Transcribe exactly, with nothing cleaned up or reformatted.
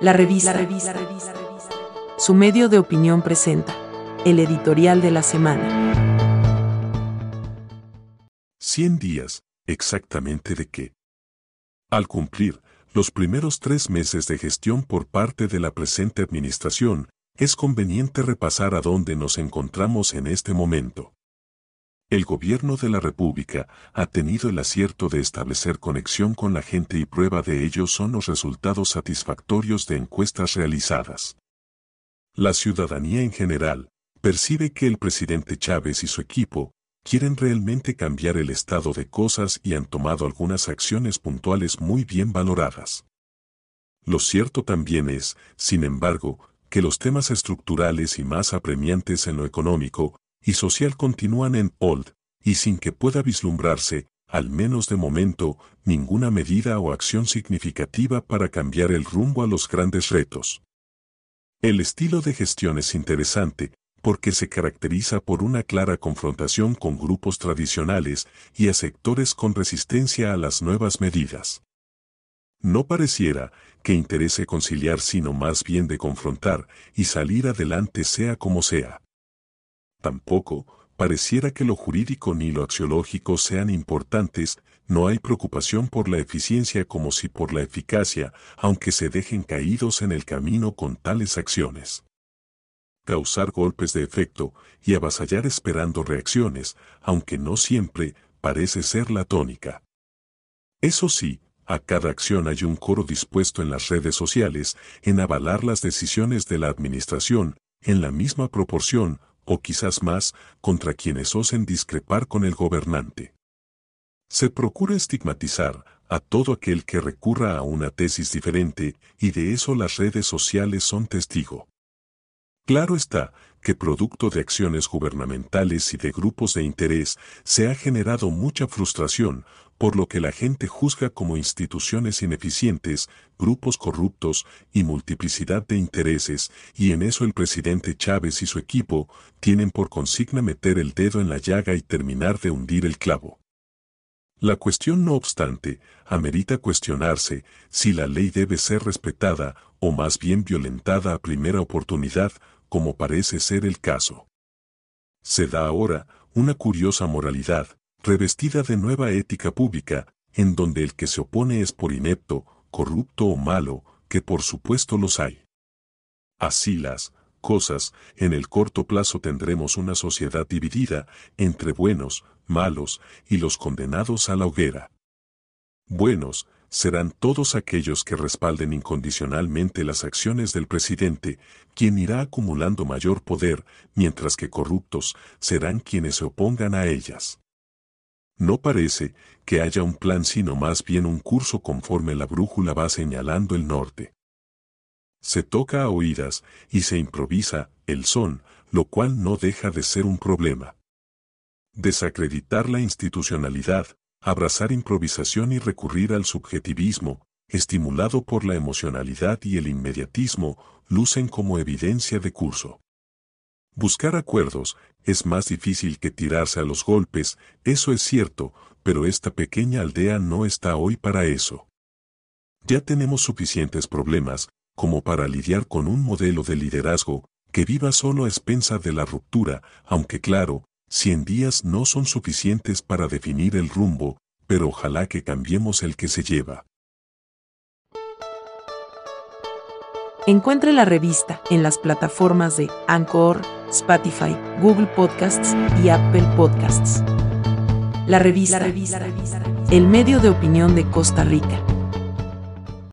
La revista. Su medio de opinión presenta el editorial de la semana. cien días, ¿exactamente de qué? Al cumplir los primeros tres meses de gestión por parte de la presente administración, es conveniente repasar a dónde nos encontramos en este momento. El gobierno de la República ha tenido el acierto de establecer conexión con la gente y prueba de ello son los resultados satisfactorios de encuestas realizadas. La ciudadanía en general percibe que el presidente Chávez y su equipo quieren realmente cambiar el estado de cosas y han tomado algunas acciones puntuales muy bien valoradas. Lo cierto también es, sin embargo, que los temas estructurales y más apremiantes en lo económico y social continúan en hold, y sin que pueda vislumbrarse, al menos de momento, ninguna medida o acción significativa para cambiar el rumbo a los grandes retos. El estilo de gestión es interesante, porque se caracteriza por una clara confrontación con grupos tradicionales y a sectores con resistencia a las nuevas medidas. No pareciera que interese conciliar sino más bien de confrontar y salir adelante sea como sea. Tampoco pareciera que lo jurídico ni lo axiológico sean importantes, no hay preocupación por la eficiencia como si por la eficacia, aunque se dejen caídos en el camino con tales acciones. Causar golpes de efecto y avasallar esperando reacciones, aunque no siempre, parece ser la tónica. Eso sí, a cada acción hay un coro dispuesto en las redes sociales en avalar las decisiones de la administración, en la misma proporción, o quizás más, contra quienes osen discrepar con el gobernante. Se procura estigmatizar a todo aquel que recurra a una tesis diferente, y de eso las redes sociales son testigo. Claro está que producto de acciones gubernamentales y de grupos de interés se ha generado mucha frustración, por lo que la gente juzga como instituciones ineficientes, grupos corruptos y multiplicidad de intereses, y en eso el presidente Chávez y su equipo tienen por consigna meter el dedo en la llaga y terminar de hundir el clavo. La cuestión, no obstante, amerita cuestionarse si la ley debe ser respetada o más bien violentada a primera oportunidad, como parece ser el caso. Se da ahora una curiosa moralidad, revestida de nueva ética pública, en donde el que se opone es por inepto, corrupto o malo, que por supuesto los hay. Así las cosas, en el corto plazo tendremos una sociedad dividida entre buenos, malos y los condenados a la hoguera. Buenos serán todos aquellos que respalden incondicionalmente las acciones del presidente, quien irá acumulando mayor poder, mientras que corruptos serán quienes se opongan a ellas. No parece que haya un plan sino más bien un curso conforme la brújula va señalando el norte. Se toca a oídas y se improvisa el son, lo cual no deja de ser un problema. Desacreditar la institucionalidad, abrazar improvisación y recurrir al subjetivismo, estimulado por la emocionalidad y el inmediatismo, lucen como evidencia de curso. Buscar acuerdos es más difícil que tirarse a los golpes, eso es cierto, pero esta pequeña aldea no está hoy para eso. Ya tenemos suficientes problemas como para lidiar con un modelo de liderazgo que viva solo a expensas de la ruptura, aunque claro, cien días no son suficientes para definir el rumbo, pero ojalá que cambiemos el que se lleva. Encuentre la revista en las plataformas de Anchor, Spotify, Google Podcasts y Apple Podcasts. La revista, el medio de opinión de Costa Rica.